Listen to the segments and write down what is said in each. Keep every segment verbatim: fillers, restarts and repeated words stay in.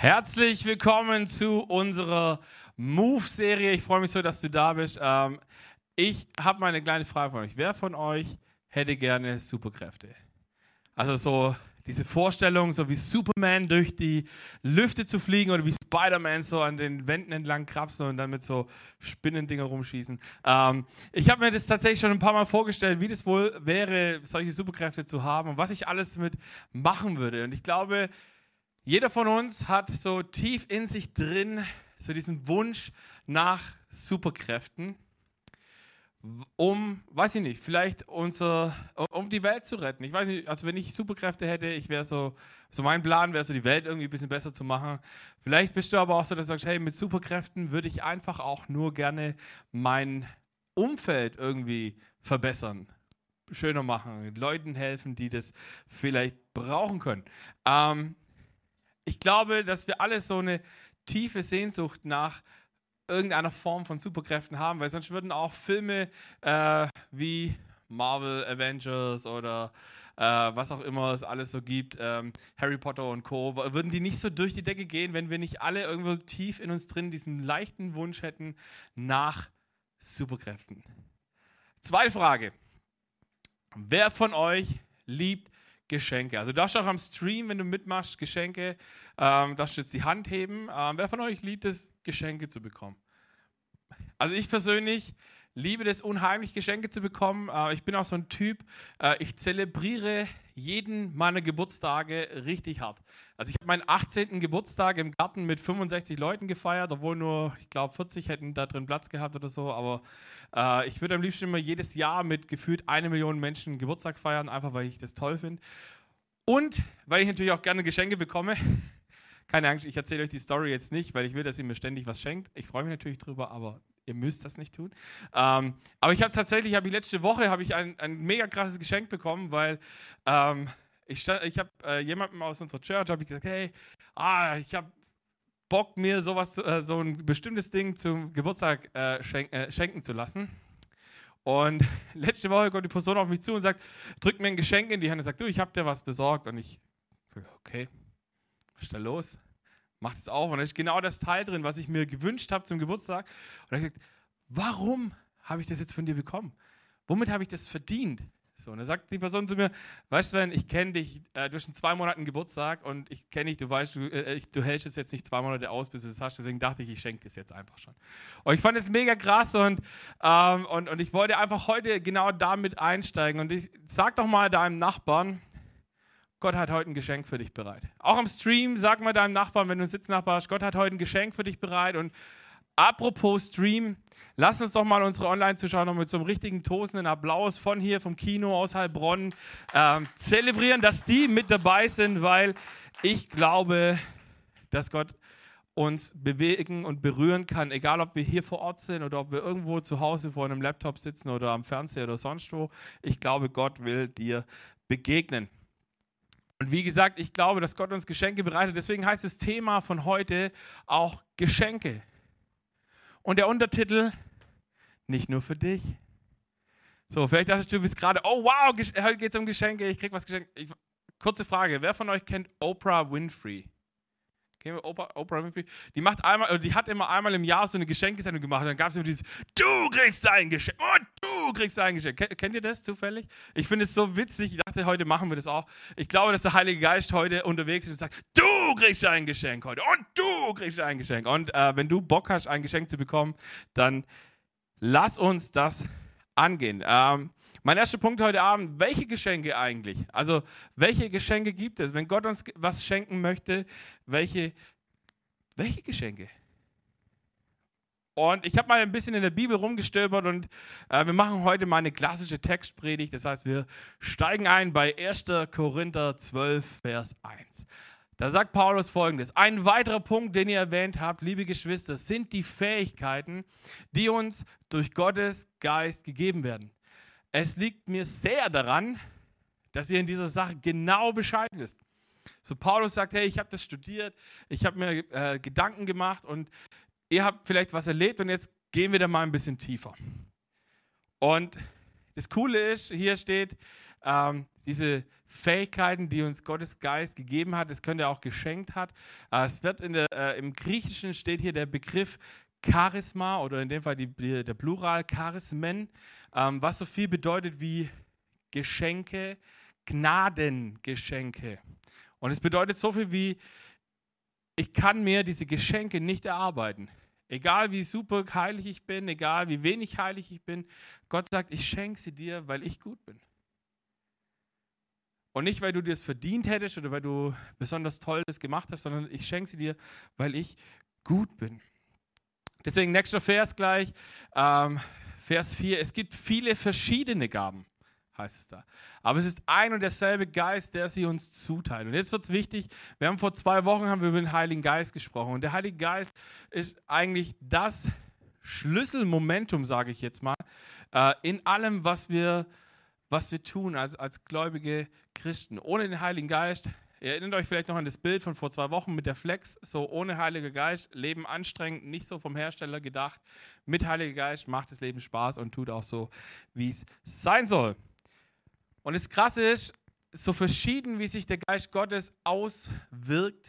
Herzlich willkommen zu unserer Move-Serie. Ich freue mich so, dass du da bist. Ähm, ich habe mal eine kleine Frage von euch. Wer von euch hätte gerne Superkräfte? Also so diese Vorstellung, so wie Superman durch die Lüfte zu fliegen oder wie Spider-Man so an den Wänden entlang krapsen und dann mit so Spinnendinger rumschießen. Ähm, ich habe mir das tatsächlich schon ein paar Mal vorgestellt, wie das wohl wäre, solche Superkräfte zu haben und was ich alles damit machen würde. Und ich glaube, jeder von uns hat so tief in sich drin so diesen Wunsch nach Superkräften, um, weiß ich nicht, vielleicht unser, um die Welt zu retten. Ich weiß nicht, also wenn ich Superkräfte hätte, ich wäre so, so mein Plan wäre so, die Welt irgendwie ein bisschen besser zu machen. Vielleicht bist du aber auch so, dass du sagst, hey, mit Superkräften würde ich einfach auch nur gerne mein Umfeld irgendwie verbessern, schöner machen, Leuten helfen, die das vielleicht brauchen können. Ähm, Ich glaube, dass wir alle so eine tiefe Sehnsucht nach irgendeiner Form von Superkräften haben, weil sonst würden auch Filme äh, wie Marvel, Avengers oder äh, was auch immer es alles so gibt, ähm, Harry Potter und Co., würden die nicht so durch die Decke gehen, wenn wir nicht alle irgendwo tief in uns drin diesen leichten Wunsch hätten nach Superkräften. Zweite Frage. Wer von euch liebt Geschenke? Also du darfst auch am Stream, wenn du mitmachst, Geschenke, ähm, darfst du jetzt die Hand heben. Ähm, wer von euch liebt es, Geschenke zu bekommen? Also ich persönlich liebe das unheimlich, Geschenke zu bekommen. Äh, ich bin auch so ein Typ, äh, ich zelebriere jeden meiner Geburtstage richtig hart. Also ich habe meinen achtzehnten Geburtstag im Garten mit fünfundsechzig Leuten gefeiert, obwohl nur, ich glaube, vierzig hätten da drin Platz gehabt oder so, aber äh, ich würde am liebsten immer jedes Jahr mit gefühlt eine Million Menschen Geburtstag feiern, einfach weil ich das toll finde. Und weil ich natürlich auch gerne Geschenke bekomme. Keine Angst, ich erzähle euch die Story jetzt nicht, weil ich will, dass ihr mir ständig was schenkt. Ich freue mich natürlich drüber, aber ihr müsst das nicht tun. Ähm, aber ich habe tatsächlich, habe ich letzte Woche habe ich ein, ein mega krasses Geschenk bekommen, weil ähm, ich, ich habe äh, jemandem aus unserer Church habe ich gesagt, hey, ah, ich habe Bock, mir sowas, äh, so ein bestimmtes Ding zum Geburtstag äh, schenk, äh, schenken zu lassen. Und letzte Woche kommt die Person auf mich zu und sagt, drückt mir ein Geschenk in die Hand und sagt, du, ich habe dir was besorgt. Und ich sage, okay, was ist da los? Mach das auf. Und da ist genau das Teil drin, was ich mir gewünscht habe zum Geburtstag. Und er sagt, warum habe ich das jetzt von dir bekommen? Womit habe ich das verdient? So, und dann sagt die Person zu mir, weißt du, Sven, ich kenne dich, äh, du hast in zwei Monaten Geburtstag und ich kenne dich, du weißt, du, äh, ich, du hältst es jetzt nicht zwei Monate aus, bis du das hast, deswegen dachte ich, ich schenke das jetzt einfach schon. Und ich fand es mega krass und, ähm, und, und ich wollte einfach heute genau damit einsteigen und ich sag doch mal deinem Nachbarn, Gott hat heute ein Geschenk für dich bereit. Auch am Stream, sag mal deinem Nachbarn, wenn du einen Sitznachbar hast, Gott hat heute ein Geschenk für dich bereit. Und apropos Stream, lass uns doch mal unsere Online-Zuschauer noch mit so einem richtigen tosenden Applaus von hier, vom Kino aus Heilbronn ähm, zelebrieren, dass die mit dabei sind, weil ich glaube, dass Gott uns bewegen und berühren kann, egal ob wir hier vor Ort sind oder ob wir irgendwo zu Hause vor einem Laptop sitzen oder am Fernseher oder sonst wo. Ich glaube, Gott will dir begegnen. Und wie gesagt, ich glaube, dass Gott uns Geschenke bereitet. Deswegen heißt das Thema von heute auch Geschenke. Und der Untertitel, nicht nur für dich. So, vielleicht dachtest du, du bist gerade, oh wow, heute geht es um Geschenke, ich krieg was geschenkt. Ich, kurze Frage, wer von euch kennt Oprah Winfrey? Kennen wir Oprah, Oprah Winfrey? Die macht einmal, die hat immer einmal im Jahr so eine Geschenkesendung gemacht. Und dann gab es immer dieses, du kriegst ein Geschenk und du kriegst ein Geschenk. Ken, kennt ihr das zufällig? Ich finde es so witzig. Ich dachte, heute machen wir das auch. Ich glaube, dass der Heilige Geist heute unterwegs ist und sagt, du kriegst ein Geschenk heute und du kriegst ein Geschenk. Und äh, wenn du Bock hast, ein Geschenk zu bekommen, dann lass uns das angehen. Ähm, Mein erster Punkt heute Abend, welche Geschenke eigentlich? Also, welche Geschenke gibt es? Wenn Gott uns was schenken möchte, welche, welche Geschenke? Und ich habe mal ein bisschen in der Bibel rumgestöbert und äh, wir machen heute mal eine klassische Textpredigt. Das heißt, wir steigen ein bei erster Korinther zwölf, Vers eins. Da sagt Paulus Folgendes: Ein weiterer Punkt, den ihr erwähnt habt, liebe Geschwister, sind die Fähigkeiten, die uns durch Gottes Geist gegeben werden. Es liegt mir sehr daran, dass ihr in dieser Sache genau Bescheid wisst. So, Paulus sagt, hey, ich habe das studiert, ich habe mir äh, Gedanken gemacht und ihr habt vielleicht was erlebt und jetzt gehen wir da mal ein bisschen tiefer. Und das Coole ist, hier steht, ähm, diese Fähigkeiten, die uns Gottes Geist gegeben hat, das könnte er auch geschenkt hat. Äh, es wird in der, äh, im Griechischen steht hier der Begriff Charisma oder in dem Fall die, die, der Plural Charismen, ähm, was so viel bedeutet wie Geschenke, Gnadengeschenke. Und es bedeutet so viel wie, ich kann mir diese Geschenke nicht erarbeiten. Egal wie super heilig ich bin, egal wie wenig heilig ich bin, Gott sagt, ich schenke sie dir, weil ich gut bin. Und nicht, weil du dir es verdient hättest oder weil du besonders Tolles gemacht hast, sondern ich schenke sie dir, weil ich gut bin. Deswegen nächster Vers gleich, ähm, Vers vier. Es gibt viele verschiedene Gaben, heißt es da. Aber es ist ein und derselbe Geist, der sie uns zuteilt. Und jetzt wird es wichtig, wir haben vor zwei Wochen haben wir über den Heiligen Geist gesprochen. Und der Heilige Geist ist eigentlich das Schlüsselmomentum, sage ich jetzt mal, äh, in allem, was wir, was wir tun als, als gläubige Christen. Ohne den Heiligen Geist, ihr erinnert euch vielleicht noch an das Bild von vor zwei Wochen mit der Flex, so ohne Heiliger Geist, Leben anstrengend, nicht so vom Hersteller gedacht. Mit Heiliger Geist macht das Leben Spaß und tut auch so, wie es sein soll. Und das Krasse ist, so verschieden wie sich der Geist Gottes auswirkt,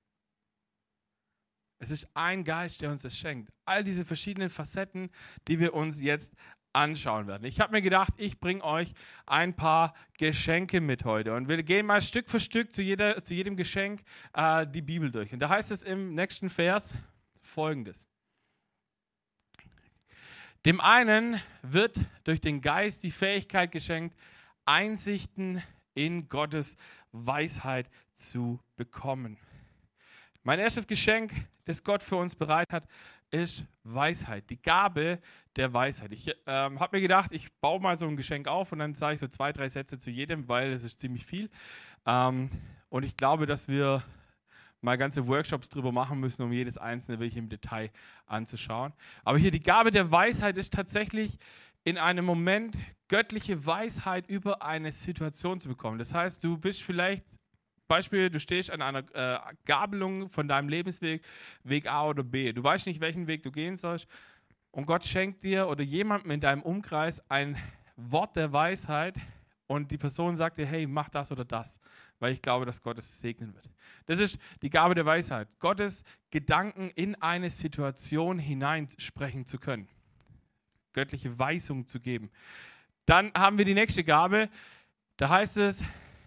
es ist ein Geist, der uns das schenkt. All diese verschiedenen Facetten, die wir uns jetzt anschauen werden. Ich habe mir gedacht, ich bringe euch ein paar Geschenke mit heute und wir gehen mal Stück für Stück zu, jeder, zu jedem Geschenk äh, die Bibel durch. Und da heißt es im nächsten Vers Folgendes. Dem einen wird durch den Geist die Fähigkeit geschenkt, Einsichten in Gottes Weisheit zu bekommen. Mein erstes Geschenk, das Gott für uns bereit hat, ist Weisheit, die Gabe der Weisheit. Ich ähm, habe mir gedacht, ich baue mal so ein Geschenk auf und dann sage ich so zwei, drei Sätze zu jedem, weil es ist ziemlich viel. Ähm, und ich glaube, dass wir mal ganze Workshops drüber machen müssen, um jedes einzelne wirklich im Detail anzuschauen. Aber hier die Gabe der Weisheit ist tatsächlich in einem Moment göttliche Weisheit über eine Situation zu bekommen. Das heißt, du bist vielleicht, Beispiel, du stehst an einer äh, Gabelung von deinem Lebensweg, Weg A oder B. Du weißt nicht, welchen Weg du gehen sollst und Gott schenkt dir oder jemandem in deinem Umkreis ein Wort der Weisheit und die Person sagt dir, hey, mach das oder das, weil ich glaube, dass Gott es segnen wird. Das ist die Gabe der Weisheit, Gottes Gedanken in eine Situation hineinsprechen zu können. Göttliche Weisung zu geben. Dann haben wir die nächste Gabe, da heißt es,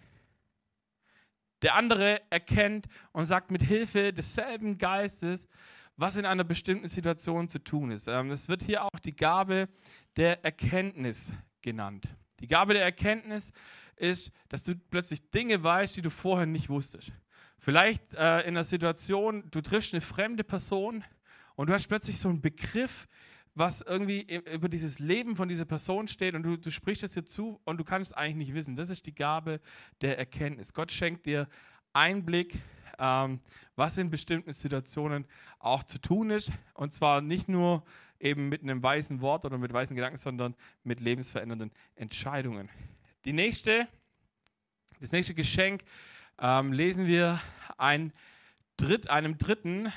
der andere erkennt und sagt mit Hilfe desselben Geistes, was in einer bestimmten Situation zu tun ist. Es wird hier auch die Gabe der Erkenntnis genannt. Die Gabe der Erkenntnis ist, dass du plötzlich Dinge weißt, die du vorher nicht wusstest. Vielleicht äh, in einer Situation, du triffst eine fremde Person und du hast plötzlich so einen Begriff, was irgendwie über dieses Leben von dieser Person steht und du, du sprichst es dir zu und du kannst es eigentlich nicht wissen. Das ist die Gabe der Erkenntnis. Gott schenkt dir Einblick, ähm, was in bestimmten Situationen auch zu tun ist und zwar nicht nur eben mit einem weisen Wort oder mit weisen Gedanken, sondern mit lebensverändernden Entscheidungen. Die nächste, das nächste Geschenk ähm, lesen wir ein Dritt, einem Dritten,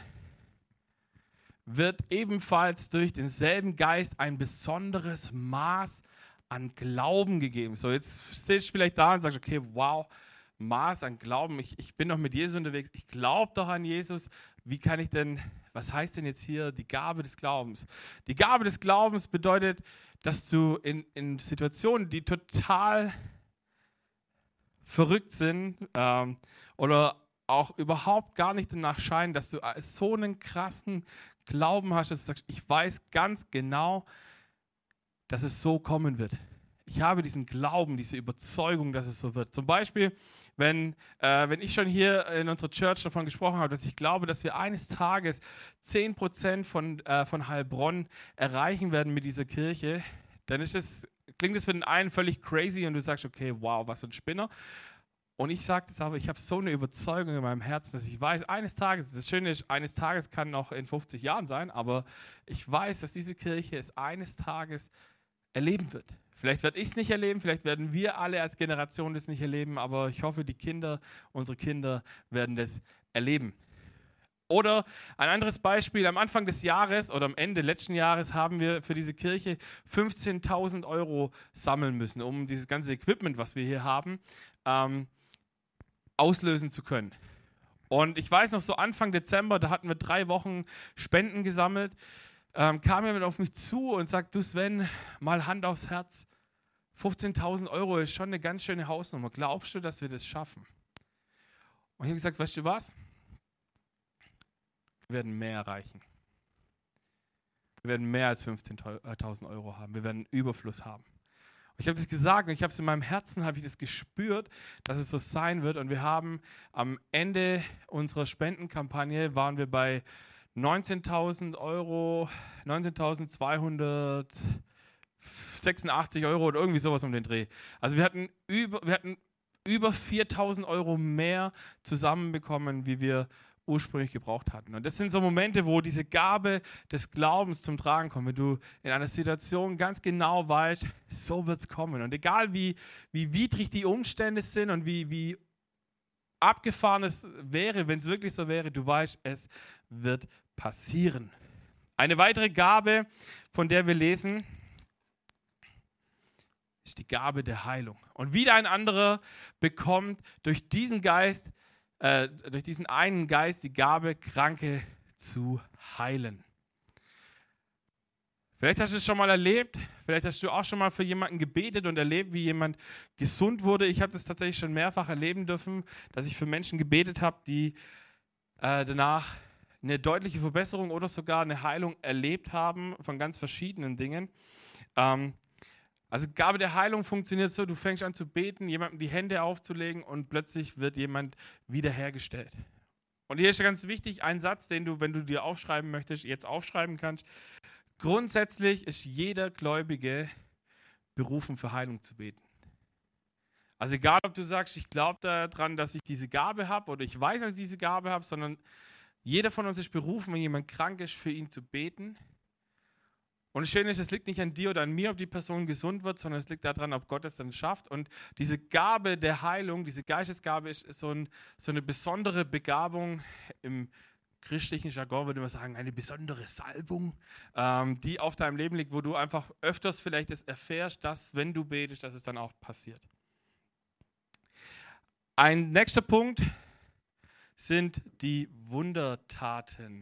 wird ebenfalls durch denselben Geist ein besonderes Maß an Glauben gegeben. So, jetzt stehst du vielleicht da und sagst, okay, wow, Maß an Glauben, ich, ich bin doch mit Jesus unterwegs, ich glaube doch an Jesus, wie kann ich denn, was heißt denn jetzt hier die Gabe des Glaubens? Die Gabe des Glaubens bedeutet, dass du in, in Situationen, die total verrückt sind ähm, oder auch überhaupt gar nicht danach scheinen, dass du so einen krassen Glauben hast, dass du sagst, ich weiß ganz genau, dass es so kommen wird. Ich habe diesen Glauben, diese Überzeugung, dass es so wird. Zum Beispiel, wenn, äh, wenn ich schon hier in unserer Church davon gesprochen habe, dass ich glaube, dass wir eines Tages zehn Prozent von, äh, von Heilbronn erreichen werden mit dieser Kirche, dann ist das, klingt das für den einen völlig crazy und du sagst, okay, wow, was für ein Spinner. Und ich sage das aber, ich habe so eine Überzeugung in meinem Herzen, dass ich weiß, eines Tages, das Schöne ist, eines Tages kann noch in fünfzig Jahren sein, aber ich weiß, dass diese Kirche es eines Tages erleben wird. Vielleicht werde ich es nicht erleben, vielleicht werden wir alle als Generation das nicht erleben, aber ich hoffe, die Kinder, unsere Kinder werden das erleben. Oder ein anderes Beispiel, am Anfang des Jahres oder am Ende letzten Jahres haben wir für diese Kirche fünfzehntausend Euro sammeln müssen, um dieses ganze Equipment, was wir hier haben, ähm, auslösen zu können. Und ich weiß noch, so Anfang Dezember, da hatten wir drei Wochen Spenden gesammelt, ähm, kam jemand auf mich zu und sagt, du Sven, mal Hand aufs Herz, fünfzehntausend Euro ist schon eine ganz schöne Hausnummer. Glaubst du, dass wir das schaffen? Und ich habe gesagt, weißt du was? Wir werden mehr erreichen. Wir werden mehr als fünfzehntausend Euro haben. Wir werden einen Überfluss haben. Und ich habe das gesagt und ich habe es in meinem Herzen, habe ich das gespürt, dass es so sein wird. Und wir haben am Ende unserer Spendenkampagne, waren wir bei neunzehntausend Euro, neunzehntausendzweihundertsechsundachtzig Euro oder irgendwie sowas um den Dreh. Also wir hatten über, wir hatten über viertausend Euro mehr zusammenbekommen, wie wir ursprünglich gebraucht hatten. Und das sind so Momente, wo diese Gabe des Glaubens zum Tragen kommt, wenn du in einer Situation ganz genau weißt, so wird es kommen. Und egal wie, wie widrig die Umstände sind und wie, wie abgefahren es wäre, wenn es wirklich so wäre, du weißt, es wird passieren. Eine weitere Gabe, von der wir lesen, ist die Gabe der Heilung. Und wieder ein anderer bekommt durch diesen Geist Äh, durch diesen einen Geist die Gabe, Kranke zu heilen. Vielleicht hast du es schon mal erlebt, vielleicht hast du auch schon mal für jemanden gebetet und erlebt, wie jemand gesund wurde. Ich habe das tatsächlich schon mehrfach erleben dürfen, dass ich für Menschen gebetet habe, die äh, danach eine deutliche Verbesserung oder sogar eine Heilung erlebt haben von ganz verschiedenen Dingen. Ähm, Also Gabe der Heilung funktioniert so, du fängst an zu beten, jemandem die Hände aufzulegen und plötzlich wird jemand wiederhergestellt. Und hier ist ganz wichtig, ein Satz, den du, wenn du dir aufschreiben möchtest, jetzt aufschreiben kannst. Grundsätzlich ist jeder Gläubige berufen, für Heilung zu beten. Also egal, ob du sagst, ich glaube daran, dass ich diese Gabe habe oder ich weiß, dass ich diese Gabe habe, sondern jeder von uns ist berufen, wenn jemand krank ist, für ihn zu beten. Und das Schöne ist, es liegt nicht an dir oder an mir, ob die Person gesund wird, sondern es liegt daran, ob Gott es dann schafft. Und diese Gabe der Heilung, diese Geistesgabe ist so, ein, so eine besondere Begabung. Im christlichen Jargon würde man sagen, eine besondere Salbung, ähm, die auf deinem Leben liegt, wo du einfach öfters vielleicht es erfährst, dass, wenn du betest, dass es dann auch passiert. Ein nächster Punkt sind die Wundertaten.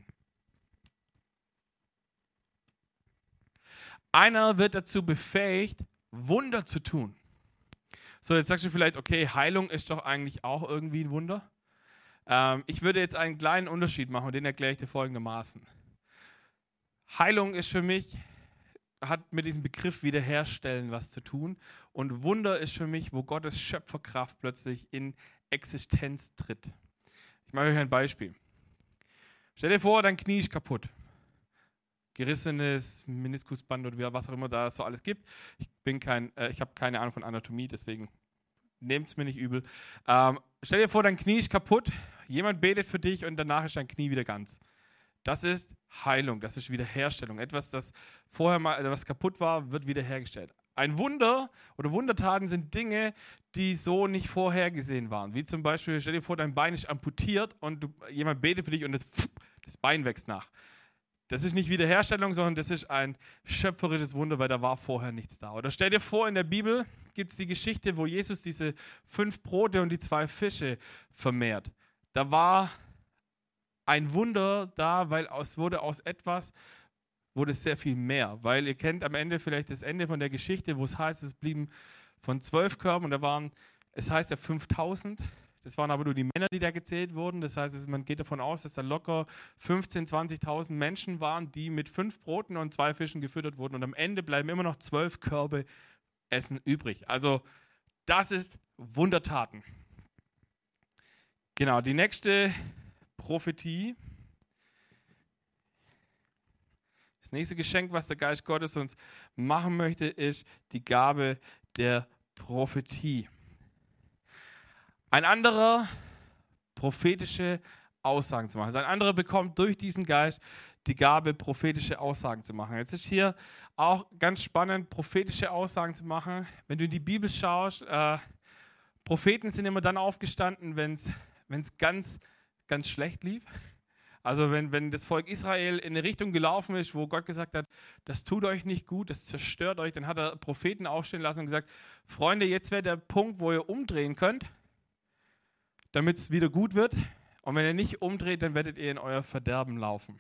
Einer wird dazu befähigt, Wunder zu tun. So, jetzt sagst du vielleicht, okay, Heilung ist doch eigentlich auch irgendwie ein Wunder. Ähm, ich würde jetzt einen kleinen Unterschied machen und den erkläre ich dir folgendermaßen. Heilung ist für mich, hat mit diesem Begriff Wiederherstellen was zu tun. Und Wunder ist für mich, wo Gottes Schöpferkraft plötzlich in Existenz tritt. Ich mache euch ein Beispiel. Stell dir vor, dein Knie ist kaputt. Gerissenes Meniskusband oder was auch immer da so alles gibt. Ich bin kein, äh, ich habe keine Ahnung von Anatomie, deswegen nehmt es mir nicht übel. Ähm, stell dir vor, dein Knie ist kaputt, jemand betet für dich und danach ist dein Knie wieder ganz. Das ist Heilung, das ist Wiederherstellung. Etwas, das vorher mal, was kaputt war, wird wiederhergestellt. Ein Wunder oder Wundertaten sind Dinge, die so nicht vorhergesehen waren. Wie zum Beispiel, stell dir vor, dein Bein ist amputiert und du, jemand betet für dich und das, das Bein wächst nach. Das ist nicht Wiederherstellung, sondern das ist ein schöpferisches Wunder, weil da war vorher nichts da. Oder stell dir vor, in der Bibel gibt es die Geschichte, wo Jesus diese fünf Brote und die zwei Fische vermehrt. Da war ein Wunder da, weil es wurde aus etwas, wurde sehr viel mehr. Weil ihr kennt am Ende vielleicht das Ende von der Geschichte, wo es heißt, es blieben von zwölf Körben und da waren, es heißt ja fünftausend. Das waren aber nur die Männer, die da gezählt wurden. Das heißt, man geht davon aus, dass da locker fünfzehntausend, zwanzigtausend Menschen waren, die mit fünf Broten und zwei Fischen gefüttert wurden. Und am Ende bleiben immer noch zwölf Körbe Essen übrig. Also das ist Wundertaten. Genau, die nächste Prophetie. Das nächste Geschenk, was der Geist Gottes uns machen möchte, ist die Gabe der Prophetie. Ein anderer prophetische Aussagen zu machen. Also ein anderer bekommt durch diesen Geist die Gabe, prophetische Aussagen zu machen. Jetzt ist hier auch ganz spannend, prophetische Aussagen zu machen. Wenn du in die Bibel schaust, äh, Propheten sind immer dann aufgestanden, wenn es ganz, ganz schlecht lief. Also wenn, wenn das Volk Israel in eine Richtung gelaufen ist, wo Gott gesagt hat, das tut euch nicht gut, das zerstört euch, dann hat er Propheten aufstehen lassen und gesagt, Freunde, jetzt wäre der Punkt, wo ihr umdrehen könnt, damit es wieder gut wird. Und wenn ihr nicht umdreht, dann werdet ihr in euer Verderben laufen.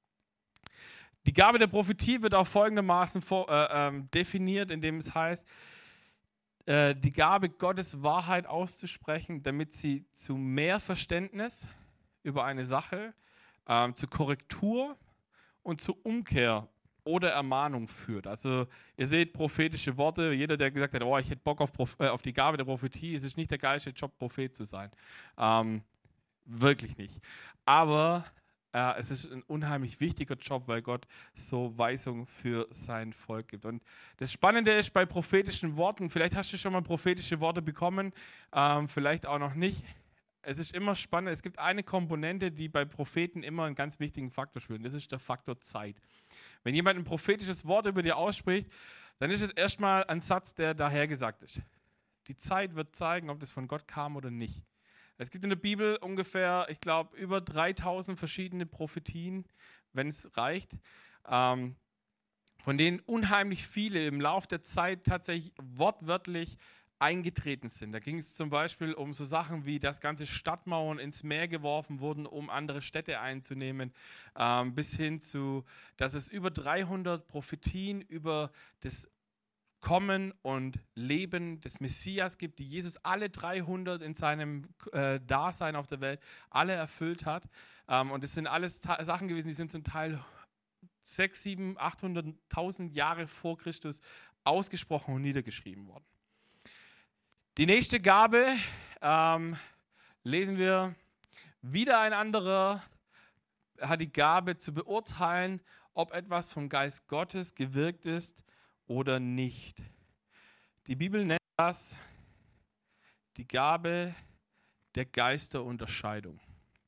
Die Gabe der Prophetie wird auch folgendermaßen vor, äh, ähm, definiert, indem es heißt, äh, die Gabe Gottes Wahrheit auszusprechen, damit sie zu mehr Verständnis über eine Sache, äh, zur Korrektur und zur Umkehr oder Ermahnung führt. Also ihr seht prophetische Worte, jeder, der gesagt hat, oh, ich hätte Bock auf, Proph- äh, auf die Gabe der Prophetie, es ist nicht der geilste Job, Prophet zu sein. Ähm, wirklich nicht. Aber äh, es ist ein unheimlich wichtiger Job, weil Gott so Weisung für sein Volk gibt. Und das Spannende ist bei prophetischen Worten, vielleicht hast du schon mal prophetische Worte bekommen, ähm, vielleicht auch noch nicht. Es ist immer spannend, es gibt eine Komponente, die bei Propheten immer einen ganz wichtigen Faktor spielt. Das ist der Faktor Zeit. Wenn jemand ein prophetisches Wort über dir ausspricht, dann ist es erstmal ein Satz, der dahergesagt ist. Die Zeit wird zeigen, ob das von Gott kam oder nicht. Es gibt in der Bibel ungefähr, ich glaube, über dreitausend verschiedene Prophetien, wenn es reicht, ähm, von denen unheimlich viele im Laufe der Zeit tatsächlich wortwörtlich eingetreten sind. Da ging es zum Beispiel um so Sachen wie, dass ganze Stadtmauern ins Meer geworfen wurden, um andere Städte einzunehmen, ähm, bis hin zu, dass es über dreihundert Prophetien über das Kommen und Leben des Messias gibt, die Jesus alle dreihundert in seinem äh, Dasein auf der Welt alle erfüllt hat. Ähm, und es sind alles ta- Sachen gewesen, die sind zum Teil sechshundert, siebenhundert, achthunderttausend Jahre vor Christus ausgesprochen und niedergeschrieben worden. Die nächste Gabe ähm, lesen wir, wieder ein anderer hat die Gabe zu beurteilen, ob etwas vom Geist Gottes gewirkt ist oder nicht. Die Bibel nennt das die Gabe der Geisterunterscheidung.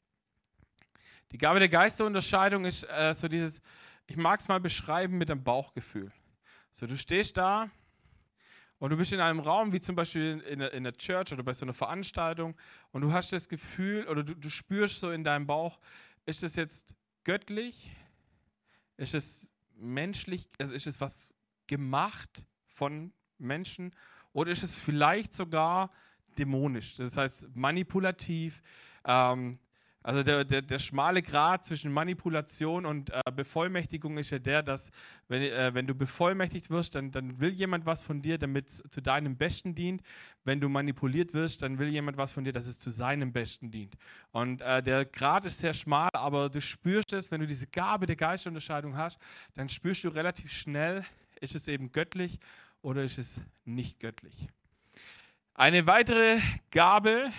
Die Gabe der Geisterunterscheidung ist äh, so dieses, ich mag es mal beschreiben mit einem Bauchgefühl. So, du stehst da und du bist in einem Raum, wie zum Beispiel in der, in der Church oder bei so einer Veranstaltung, und du hast das Gefühl, oder du, du spürst so in deinem Bauch, ist das jetzt göttlich? Ist es menschlich? Also ist es was gemacht von Menschen? Oder ist es vielleicht sogar dämonisch? Das heißt manipulativ. Ähm, also der, der, der schmale Grat zwischen Manipulation und äh, Bevollmächtigung ist ja der, dass wenn, äh, wenn du bevollmächtigt wirst, dann, dann will jemand was von dir, damit es zu deinem Besten dient. Wenn du manipuliert wirst, dann will jemand was von dir, dass es zu seinem Besten dient. Und äh, der Grat ist sehr schmal, aber du spürst es, wenn du diese Gabe der Geistunterscheidung hast, dann spürst du relativ schnell, ist es eben göttlich oder ist es nicht göttlich. Eine weitere Gabe,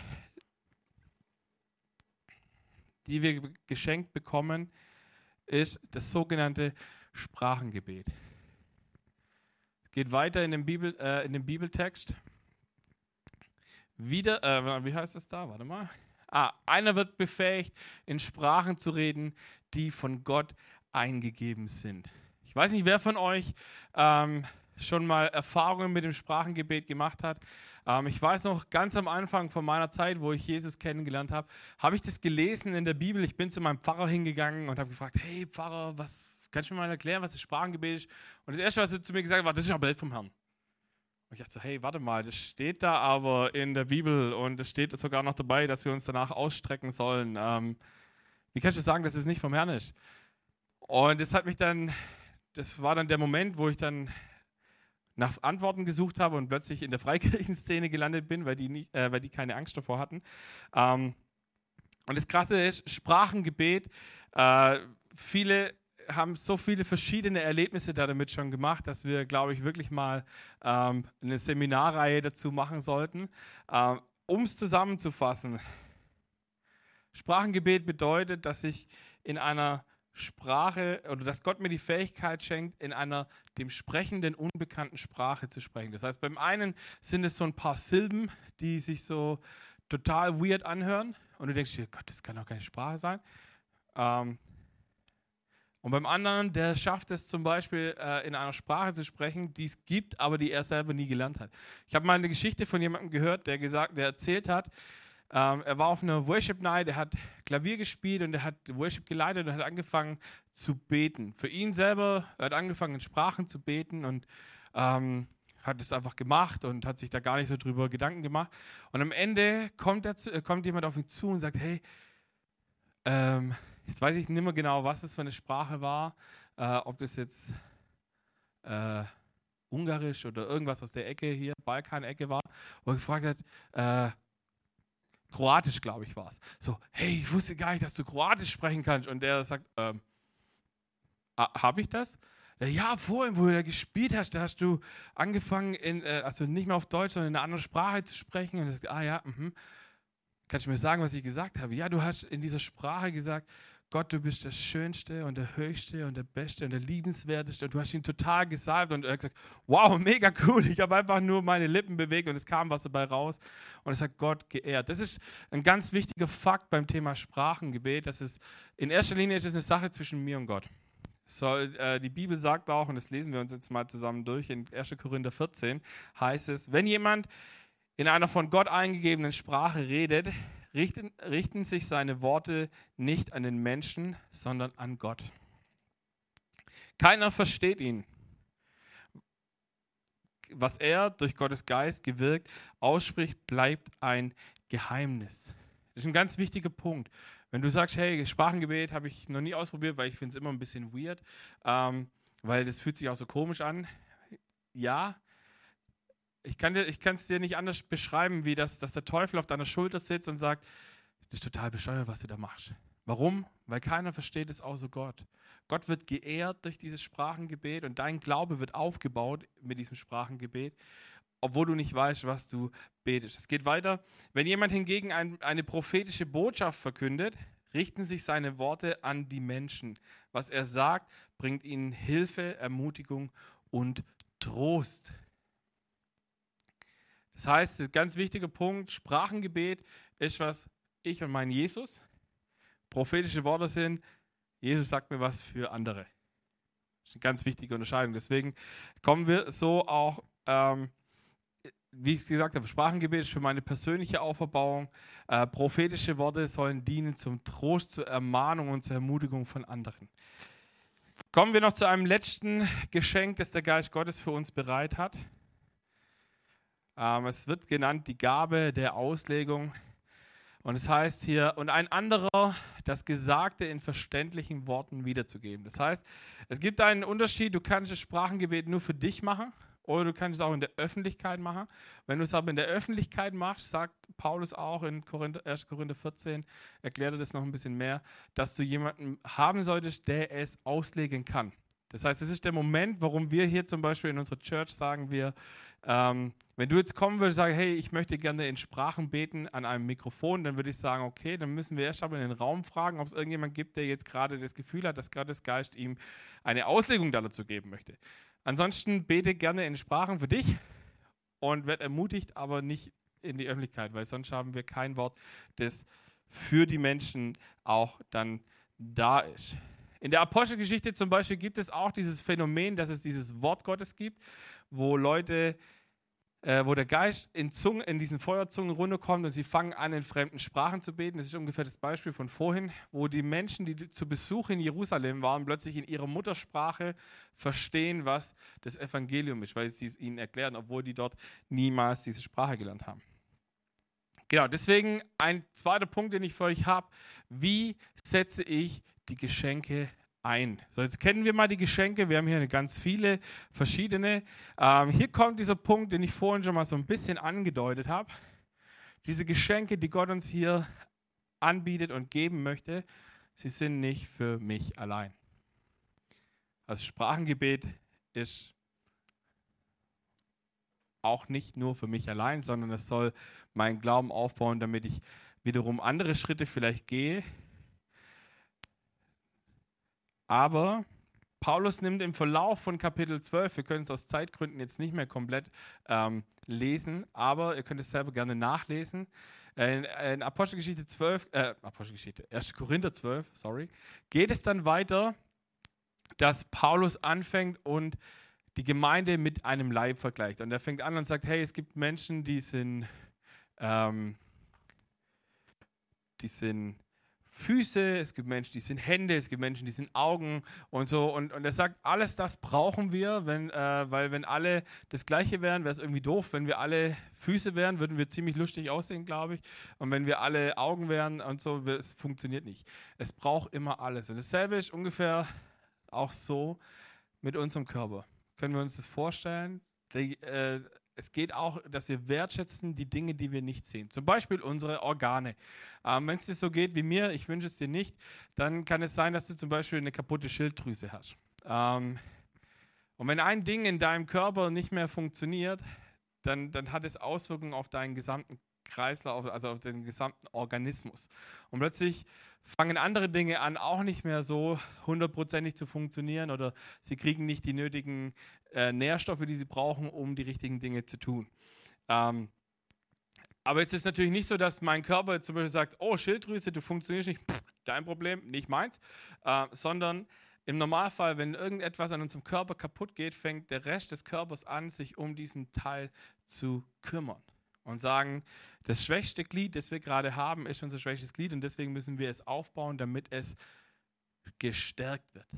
die wir geschenkt bekommen, ist das sogenannte Sprachengebet. Es geht weiter in dem, Bibel, äh, in dem Bibeltext. Wieder, äh, wie heißt es da? Warte mal. Ah, einer wird befähigt, in Sprachen zu reden, die von Gott eingegeben sind. Ich weiß nicht, wer von euch ähm, schon mal Erfahrungen mit dem Sprachengebet gemacht hat. Ähm, ich weiß noch, ganz am Anfang von meiner Zeit, wo ich Jesus kennengelernt habe, habe ich das gelesen in der Bibel. Ich bin zu meinem Pfarrer hingegangen und habe gefragt, hey Pfarrer, was, kannst du mir mal erklären, was das Sprachengebet ist? Und das Erste, was er zu mir gesagt hat, war, das ist ein Bild vom Herrn. Und ich dachte so, hey, warte mal, das steht da aber in der Bibel und es steht sogar noch dabei, dass wir uns danach ausstrecken sollen. Ähm, wie kannst du sagen, dass es nicht vom Herrn ist? Und das hat mich dann, das war dann der Moment, wo ich dann nach Antworten gesucht habe und plötzlich in der Freikirchenszene gelandet bin, weil die, nicht, äh, weil die keine Angst davor hatten. Ähm, und das Krasse ist, Sprachengebet, äh, viele haben so viele verschiedene Erlebnisse da damit schon gemacht, dass wir, glaube ich, wirklich mal ähm, eine Seminarreihe dazu machen sollten. Ähm, um es zusammenzufassen, Sprachengebet bedeutet, dass ich in einer Sprache oder dass Gott mir die Fähigkeit schenkt, in einer dem Sprechenden unbekannten Sprache zu sprechen. Das heißt, beim einen sind es so ein paar Silben, die sich so total weird anhören und du denkst dir, Gott, das kann doch keine Sprache sein. Ähm, und beim anderen, der schafft es zum Beispiel äh, in einer Sprache zu sprechen, die es gibt, aber die er selber nie gelernt hat. Ich habe mal eine Geschichte von jemandem gehört, der gesagt, der erzählt hat, Ähm, er war auf einer Worship Night, er hat Klavier gespielt und er hat Worship geleitet und hat angefangen zu beten. Für ihn selber, er hat angefangen in Sprachen zu beten und ähm, hat es einfach gemacht und hat sich da gar nicht so drüber Gedanken gemacht. Und am Ende kommt, er zu, kommt jemand auf ihn zu und sagt, hey, ähm, jetzt weiß ich nicht mehr genau, was das für eine Sprache war, äh, ob das jetzt äh, Ungarisch oder irgendwas aus der Ecke hier, Balkan-Ecke war, wo er gefragt hat, äh, Kroatisch, glaube ich, war es. So, hey, ich wusste gar nicht, dass du Kroatisch sprechen kannst. Und der sagt, ähm, habe ich das? Ja, vorhin, wo du da gespielt hast, da hast du angefangen, in, äh, also nicht mehr auf Deutsch, sondern in einer anderen Sprache zu sprechen. Und er sagt, ah ja, mhm. Kannst du mir sagen, was ich gesagt habe? Ja, du hast in dieser Sprache gesagt, Gott, du bist der Schönste und der Höchste und der Beste und der Liebenswerteste. Und du hast ihn total gesalbt und er hat gesagt, wow, mega cool. Ich habe einfach nur meine Lippen bewegt und es kam was dabei raus. Und es hat Gott geehrt. Das ist ein ganz wichtiger Fakt beim Thema Sprachengebet. Das ist, in erster Linie ist es eine Sache zwischen mir und Gott. So, äh, die Bibel sagt auch, und das lesen wir uns jetzt mal zusammen durch, in erster Korinther vierzehn heißt es, wenn jemand in einer von Gott eingegebenen Sprache redet, richten, richten sich seine Worte nicht an den Menschen, sondern an Gott. Keiner versteht ihn. Was er durch Gottes Geist gewirkt ausspricht, bleibt ein Geheimnis. Das ist ein ganz wichtiger Punkt. Wenn du sagst, hey, Sprachengebet habe ich noch nie ausprobiert, weil ich finde es immer ein bisschen weird, ähm, weil das fühlt sich auch so komisch an. Ja, ich kann dir, ich kann es dir nicht anders beschreiben, wie das, dass der Teufel auf deiner Schulter sitzt und sagt, das ist total bescheuert, was du da machst. Warum? Weil keiner versteht es außer Gott. Gott wird geehrt durch dieses Sprachengebet und dein Glaube wird aufgebaut mit diesem Sprachengebet, obwohl du nicht weißt, was du betest. Es geht weiter. Wenn jemand hingegen ein, eine prophetische Botschaft verkündet, richten sich seine Worte an die Menschen. Was er sagt, bringt ihnen Hilfe, Ermutigung und Trost. Das heißt, ein ganz wichtiger Punkt, Sprachengebet ist, was ich und mein Jesus, prophetische Worte sind, Jesus sagt mir was für andere. Das ist eine ganz wichtige Unterscheidung. Deswegen kommen wir so auch, ähm, wie ich gesagt habe, Sprachengebet ist für meine persönliche Auferbauung. Äh, prophetische Worte sollen dienen zum Trost, zur Ermahnung und zur Ermutigung von anderen. Kommen wir noch zu einem letzten Geschenk, das der Geist Gottes für uns bereit hat. Ähm, es wird genannt die Gabe der Auslegung. Und es heißt hier, und ein anderer, das Gesagte in verständlichen Worten wiederzugeben. Das heißt, es gibt einen Unterschied, du kannst das Sprachengebet nur für dich machen oder du kannst es auch in der Öffentlichkeit machen. Wenn du es aber in der Öffentlichkeit machst, sagt Paulus auch in erster Korinther vierzehn, erklärt er das noch ein bisschen mehr, dass du jemanden haben solltest, der es auslegen kann. Das heißt, es ist der Moment, warum wir hier zum Beispiel in unserer Church sagen wir, ähm, wenn du jetzt kommen würdest und sagen, hey, ich möchte gerne in Sprachen beten an einem Mikrofon, dann würde ich sagen, okay, dann müssen wir erst aber in den Raum fragen, ob es irgendjemand gibt, der jetzt gerade das Gefühl hat, dass Gottes Geist ihm eine Auslegung dazu geben möchte. Ansonsten bete gerne in Sprachen für dich und werd ermutigt, aber nicht in die Öffentlichkeit, weil sonst haben wir kein Wort, das für die Menschen auch dann da ist. In der Apostelgeschichte zum Beispiel gibt es auch dieses Phänomen, dass es dieses Wort Gottes gibt, wo Leute, äh, wo der Geist in, Zungen, in diesen Feuerzungen runterkommt und sie fangen an, in fremden Sprachen zu beten. Das ist ungefähr das Beispiel von vorhin, wo die Menschen, die zu Besuch in Jerusalem waren, plötzlich in ihrer Muttersprache verstehen, was das Evangelium ist, weil sie es ihnen erklären, obwohl die dort niemals diese Sprache gelernt haben. Genau, deswegen ein zweiter Punkt, den ich für euch habe. Wie setze ich die Geschenke ein? So, jetzt kennen wir mal die Geschenke. Wir haben hier ganz viele verschiedene. Ähm, hier kommt dieser Punkt, den ich vorhin schon mal so ein bisschen angedeutet habe. Diese Geschenke, die Gott uns hier anbietet und geben möchte, sie sind nicht für mich allein. Also Sprachengebet ist auch nicht nur für mich allein, sondern es soll meinen Glauben aufbauen, damit ich wiederum andere Schritte vielleicht gehe. Aber Paulus nimmt im Verlauf von Kapitel zwölf, wir können es aus Zeitgründen jetzt nicht mehr komplett ähm, lesen, aber ihr könnt es selber gerne nachlesen. In, in Apostelgeschichte zwölf, äh, Apostelgeschichte, erster Korinther zwölf, sorry, geht es dann weiter, dass Paulus anfängt und die Gemeinde mit einem Leib vergleicht. Und er fängt an und sagt, hey, es gibt Menschen, die sind, ähm, die sind Füße, es gibt Menschen, die sind Hände, es gibt Menschen, die sind Augen und so. Und, und er sagt, alles das brauchen wir, wenn, äh, weil wenn alle das Gleiche wären, wäre es irgendwie doof. Wenn wir alle Füße wären, würden wir ziemlich lustig aussehen, glaube ich. Und wenn wir alle Augen wären und so, es funktioniert nicht. Es braucht immer alles. Und dasselbe ist ungefähr auch so mit unserem Körper. Können wir uns das vorstellen? Die, äh, Es geht auch, dass wir wertschätzen die Dinge, die wir nicht sehen. Zum Beispiel unsere Organe. Ähm, Wenn es dir so geht wie mir, ich wünsche es dir nicht, dann kann es sein, dass du zum Beispiel eine kaputte Schilddrüse hast. Ähm, und wenn ein Ding in deinem Körper nicht mehr funktioniert, dann, dann hat es Auswirkungen auf deinen gesamten Kreislauf, also auf den gesamten Organismus. Und plötzlich fangen andere Dinge an, auch nicht mehr so hundertprozentig zu funktionieren oder sie kriegen nicht die nötigen äh, Nährstoffe, die sie brauchen, um die richtigen Dinge zu tun. Ähm, aber es ist natürlich nicht so, dass mein Körper zum Beispiel sagt, oh Schilddrüse, du funktionierst nicht, pff, dein Problem, nicht meins, äh, sondern im Normalfall, wenn irgendetwas an unserem Körper kaputt geht, fängt der Rest des Körpers an, sich um diesen Teil zu kümmern. Und sagen, das schwächste Glied, das wir gerade haben, ist unser schwächstes Glied und deswegen müssen wir es aufbauen, damit es gestärkt wird.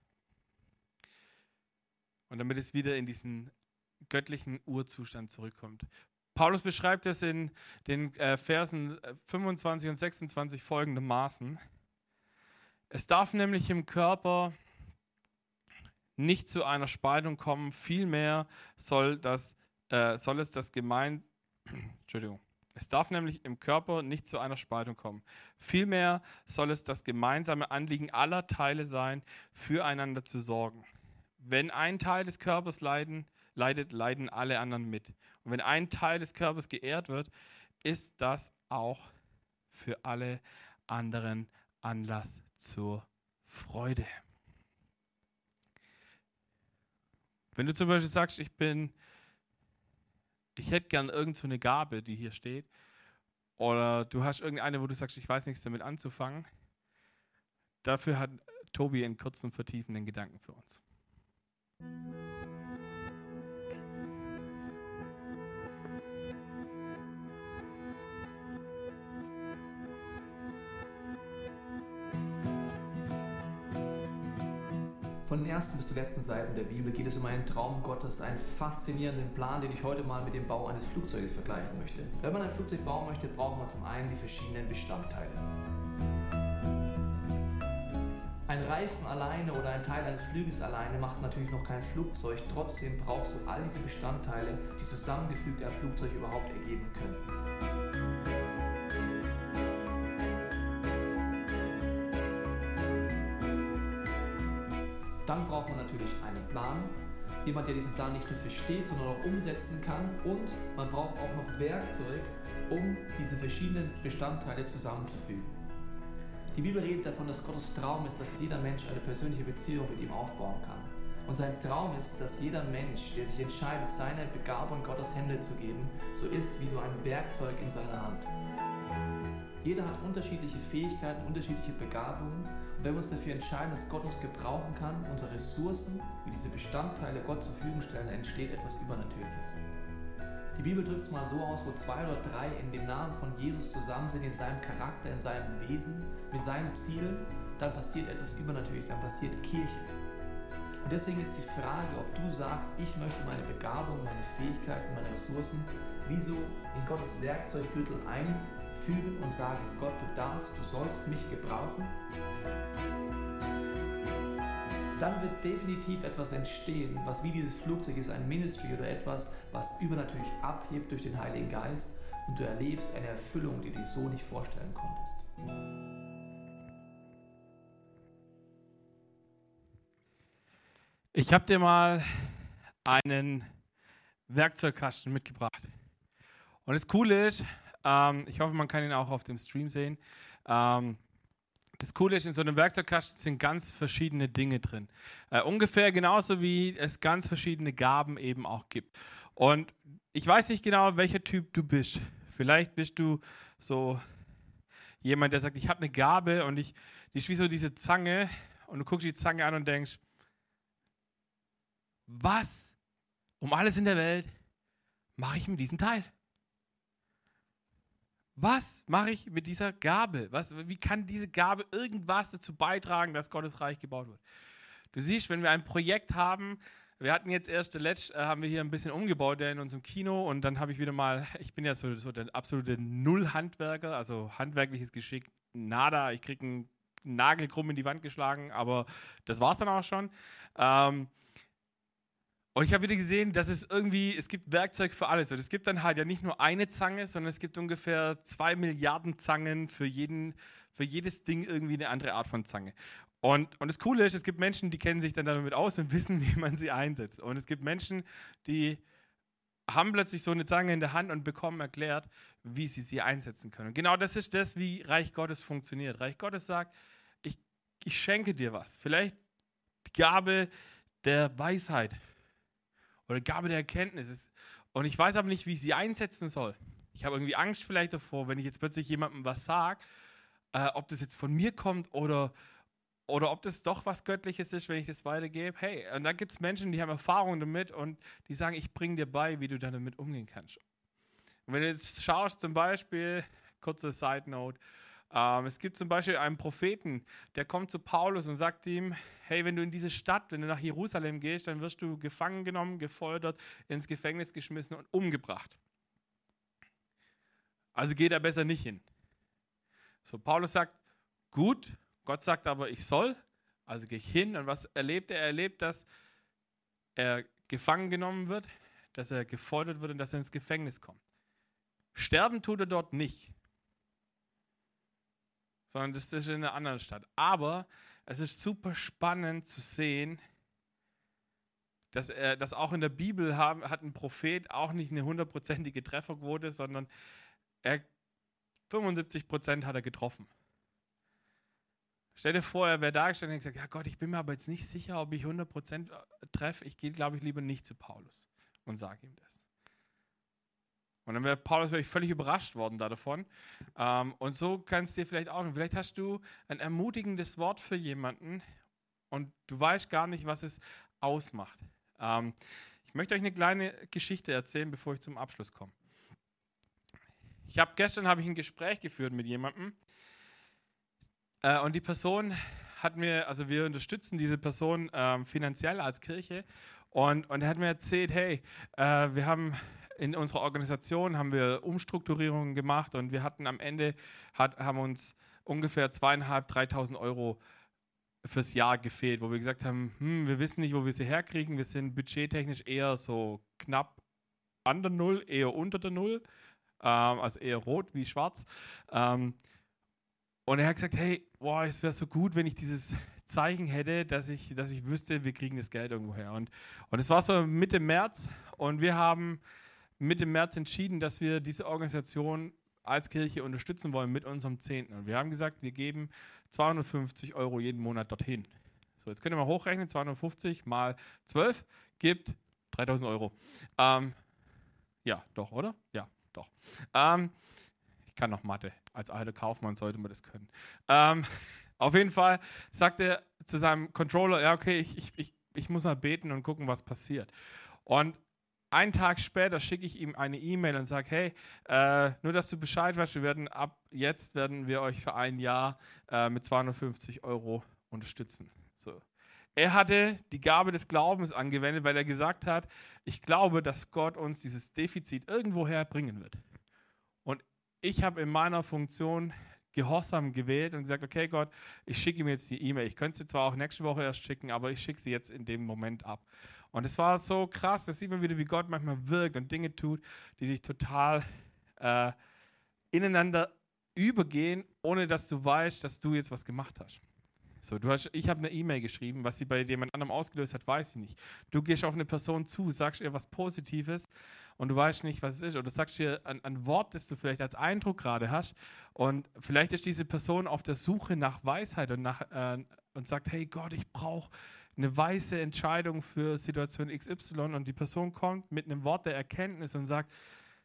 Und damit es wieder in diesen göttlichen Urzustand zurückkommt. Paulus beschreibt es in den äh, Versen fünfundzwanzig und sechsundzwanzig folgendermaßen. Es darf nämlich im Körper nicht zu einer Spaltung kommen, vielmehr soll, das, äh, soll es das Gemein Entschuldigung. Es darf nämlich im Körper nicht zu einer Spaltung kommen. Vielmehr soll es das gemeinsame Anliegen aller Teile sein, füreinander zu sorgen. Wenn ein Teil des Körpers leiden, leidet, leiden alle anderen mit. Und wenn ein Teil des Körpers geehrt wird, ist das auch für alle anderen Anlass zur Freude. Wenn du zum Beispiel sagst, ich bin Ich hätte gern irgend so eine Gabe, die hier steht. Oder du hast irgendeine, wo du sagst, ich weiß nichts damit anzufangen. Dafür hat Tobi einen kurzen, vertiefenden Gedanken für uns. Von den ersten bis zu letzten Seiten der Bibel geht es um einen Traum Gottes, einen faszinierenden Plan, den ich heute mal mit dem Bau eines Flugzeuges vergleichen möchte. Wenn man ein Flugzeug bauen möchte, braucht man zum einen die verschiedenen Bestandteile. Ein Reifen alleine oder ein Teil eines Flügels alleine macht natürlich noch kein Flugzeug, trotzdem brauchst du all diese Bestandteile, die zusammengefügt ein Flugzeug überhaupt ergeben können. Dann braucht man natürlich einen Plan, jemand, der diesen Plan nicht nur versteht, sondern auch umsetzen kann, und man braucht auch noch Werkzeug, um diese verschiedenen Bestandteile zusammenzufügen. Die Bibel redet davon, dass Gottes Traum ist, dass jeder Mensch eine persönliche Beziehung mit ihm aufbauen kann. Und sein Traum ist, dass jeder Mensch, der sich entscheidet, seine Begabung in Gottes Hände zu geben, so ist wie so ein Werkzeug in seiner Hand. Jeder hat unterschiedliche Fähigkeiten, unterschiedliche Begabungen. Und wenn wir uns dafür entscheiden, dass Gott uns gebrauchen kann, unsere Ressourcen, wie diese Bestandteile Gott zur Verfügung stellen, dann entsteht etwas Übernatürliches. Die Bibel drückt es mal so aus, wo zwei oder drei in dem Namen von Jesus zusammen sind, in seinem Charakter, in seinem Wesen, mit seinem Ziel, dann passiert etwas Übernatürliches, dann passiert Kirche. Und deswegen ist die Frage, ob du sagst, ich möchte meine Begabung, meine Fähigkeiten, meine Ressourcen, wie so in Gottes Werkzeuggürtel einfügen und sagen, Gott, du darfst, du sollst mich gebrauchen. Dann wird definitiv etwas entstehen, was wie dieses Flugzeug ist, ein Ministry oder etwas, was übernatürlich abhebt durch den Heiligen Geist, und du erlebst eine Erfüllung, die du dir so nicht vorstellen konntest. Ich habe dir mal einen Werkzeugkasten mitgebracht. Und das Coole ist, ähm, ich hoffe, man kann ihn auch auf dem Stream sehen, ähm, das Coole ist, in so einem Werkzeugkasten sind ganz verschiedene Dinge drin. Äh, ungefähr genauso wie es ganz verschiedene Gaben eben auch gibt. Und ich weiß nicht genau, welcher Typ du bist. Vielleicht bist du so jemand, der sagt, ich habe eine Gabe und ich, die ist wie so diese Zange, und du guckst die Zange an und denkst, was um alles in der Welt mache ich mit diesem Teil? was mache ich mit dieser Gabe? Was, wie kann diese Gabe irgendwas dazu beitragen, dass Gottes Reich gebaut wird? Du siehst, wenn wir ein Projekt haben, wir hatten jetzt erst, letzt, äh, haben wir hier ein bisschen umgebaut in unserem Kino und dann habe ich wieder mal, ich bin ja so, so der absolute Null-Handwerker, also handwerkliches Geschick, nada, ich kriege einen Nagel krumm in die Wand geschlagen, aber das war es dann auch schon. Ähm, und ich habe wieder gesehen, dass es irgendwie, es gibt Werkzeug für alles. Und es gibt dann halt ja nicht nur eine Zange, sondern es gibt ungefähr zwei Milliarden Zangen für, jeden, für jedes Ding irgendwie eine andere Art von Zange. Und, und das Coole ist, es gibt Menschen, die kennen sich dann damit aus und wissen, wie man sie einsetzt. Und es gibt Menschen, die haben plötzlich so eine Zange in der Hand und bekommen erklärt, wie sie sie einsetzen können. Und genau das ist das, wie Reich Gottes funktioniert. Reich Gottes sagt, ich, ich schenke dir was. Vielleicht die Gabe der Weisheit oder Gabe der Erkenntnis. Und ich weiß aber nicht, wie ich sie einsetzen soll. Ich habe irgendwie Angst vielleicht davor, wenn ich jetzt plötzlich jemandem was sage, äh, ob das jetzt von mir kommt oder Oder ob das doch was Göttliches ist, wenn ich das weitergebe. Hey, und dann gibt es Menschen, die haben Erfahrung damit und die sagen, ich bringe dir bei, wie du dann damit umgehen kannst. Und wenn du jetzt schaust, zum Beispiel, kurze Side Note, ähm, es gibt zum Beispiel einen Propheten, der kommt zu Paulus und sagt ihm, hey, wenn du in diese Stadt, wenn du nach Jerusalem gehst, dann wirst du gefangen genommen, gefoltert, ins Gefängnis geschmissen und umgebracht. Also geht er besser nicht hin. So, Paulus sagt, gut, Gott sagt aber, ich soll, also gehe ich hin. Und was erlebt er? Er erlebt, dass er gefangen genommen wird, dass er gefoltert wird und dass er ins Gefängnis kommt. Sterben tut er dort nicht, sondern das ist in einer anderen Stadt. Aber es ist super spannend zu sehen, dass, er, dass auch in der Bibel haben, hat ein Prophet auch nicht eine hundertprozentige Trefferquote, sondern er, fünfundsiebzig Prozent hat er getroffen. Stell dir vor, er wäre da gestanden und gesagt, ja Gott, ich bin mir aber jetzt nicht sicher, ob ich hundert Prozent treffe. Ich gehe, glaube ich, lieber nicht zu Paulus und sage ihm das. Und dann wäre Paulus wirklich völlig überrascht worden da davon. Ähm, und so kann es dir vielleicht auch, vielleicht hast du ein ermutigendes Wort für jemanden und du weißt gar nicht, was es ausmacht. Ähm, ich möchte euch eine kleine Geschichte erzählen, bevor ich zum Abschluss komme. Ich habe gestern habe ich ein Gespräch geführt mit jemandem. Äh, und die Person hat mir, also wir unterstützen diese Person ähm, finanziell als Kirche und, und er hat mir erzählt, hey, äh, wir haben in unserer Organisation haben wir Umstrukturierungen gemacht und wir hatten am Ende, hat, haben uns ungefähr zweieinhalb, dreitausend Euro fürs Jahr gefehlt, wo wir gesagt haben, hm, wir wissen nicht, wo wir sie herkriegen, wir sind budgettechnisch eher so knapp an der Null, eher unter der Null, ähm, also eher rot wie schwarz. Ähm, Und er hat gesagt, hey, boah, es wäre so gut, wenn ich dieses Zeichen hätte, dass ich, dass ich wüsste, wir kriegen das Geld irgendwo her. Und, und es war so Mitte März und wir haben Mitte März entschieden, dass wir diese Organisation als Kirche unterstützen wollen mit unserem Zehnten. Und wir haben gesagt, wir geben zweihundertfünfzig Euro jeden Monat dorthin. So, jetzt könnt ihr mal hochrechnen, zweihundertfünfzig mal zwölf gibt dreitausend Euro. Ähm, ja, doch, oder? Ja, doch. Ähm, Ich kann noch Mathe. Als alter Kaufmann sollte man das können. Ähm, auf jeden Fall sagt er zu seinem Controller, ja okay, ich, ich, ich, ich muss mal beten und gucken, was passiert. Und einen Tag später schicke ich ihm eine E-Mail und sage, hey, äh, nur dass du Bescheid weißt, wir werden ab jetzt werden wir euch für ein Jahr äh, mit zweihundertfünfzig Euro unterstützen. So. Er hatte die Gabe des Glaubens angewendet, weil er gesagt hat, ich glaube, dass Gott uns dieses Defizit irgendwoher bringen wird. Und ich habe in meiner Funktion Gehorsam gewählt und gesagt, okay Gott, ich schicke ihm jetzt die E-Mail. Ich könnte sie zwar auch nächste Woche erst schicken, aber ich schicke sie jetzt in dem Moment ab. Und es war so krass, da sieht man wieder, wie Gott manchmal wirkt und Dinge tut, die sich total äh, ineinander übergehen, ohne dass du weißt, dass du jetzt was gemacht hast. So, du hast, ich habe eine E-Mail geschrieben, was sie bei jemand anderem ausgelöst hat, weiß ich nicht. Du gehst auf eine Person zu, sagst ihr was Positives und du weißt nicht, was es ist. Oder du sagst ihr ein, ein Wort, das du vielleicht als Eindruck gerade hast und vielleicht ist diese Person auf der Suche nach Weisheit und, nach, äh, und sagt, hey Gott, ich brauche eine weise Entscheidung für Situation X Y und die Person kommt mit einem Wort der Erkenntnis und sagt,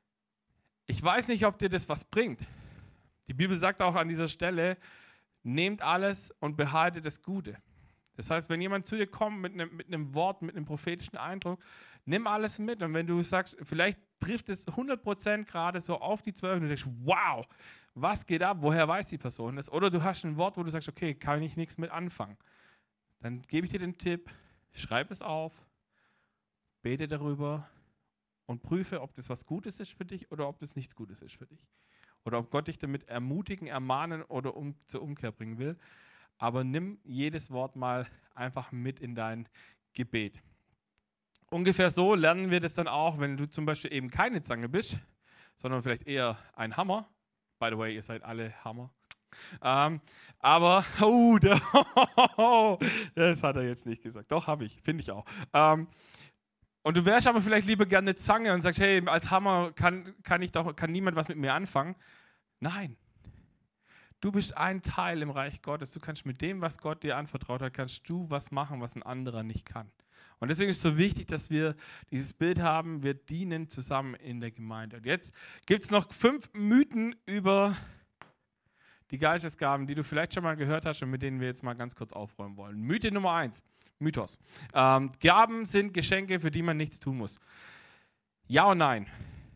ich weiß nicht, ob dir das was bringt. Die Bibel sagt auch an dieser Stelle, nehmt alles und behaltet das Gute. Das heißt, wenn jemand zu dir kommt mit einem, mit einem Wort, mit einem prophetischen Eindruck, nimm alles mit. Und wenn du sagst, vielleicht trifft es hundert Prozent gerade so auf die zwölf und du denkst, wow, was geht ab, woher weiß die Person das? Oder du hast ein Wort, wo du sagst, okay, kann ich nichts mit anfangen. Dann gebe ich dir den Tipp, schreib es auf, bete darüber und prüfe, ob das was Gutes ist für dich oder ob das nichts Gutes ist für dich. Oder ob Gott dich damit ermutigen, ermahnen oder um, zur Umkehr bringen will. Aber nimm jedes Wort mal einfach mit in dein Gebet. Ungefähr so lernen wir das dann auch, wenn du zum Beispiel eben keine Zange bist, sondern vielleicht eher ein Hammer. By the way, ihr seid alle Hammer. Ähm, aber, oh, der, das hat er jetzt nicht gesagt. Doch, habe ich, finde ich auch. Ähm, und du wärst aber vielleicht lieber gerne eine Zange und sagst, hey, als Hammer kann, kann, ich doch, kann niemand was mit mir anfangen. Nein. Du bist ein Teil im Reich Gottes. Du kannst mit dem, was Gott dir anvertraut hat, kannst du was machen, was ein anderer nicht kann. Und deswegen ist es so wichtig, dass wir dieses Bild haben, wir dienen zusammen in der Gemeinde. Und jetzt gibt es noch fünf Mythen über die Geistesgaben, die du vielleicht schon mal gehört hast und mit denen wir jetzt mal ganz kurz aufräumen wollen. Mythe Nummer eins, Mythos. Ähm, Gaben sind Geschenke, für die man nichts tun muss. Ja und nein.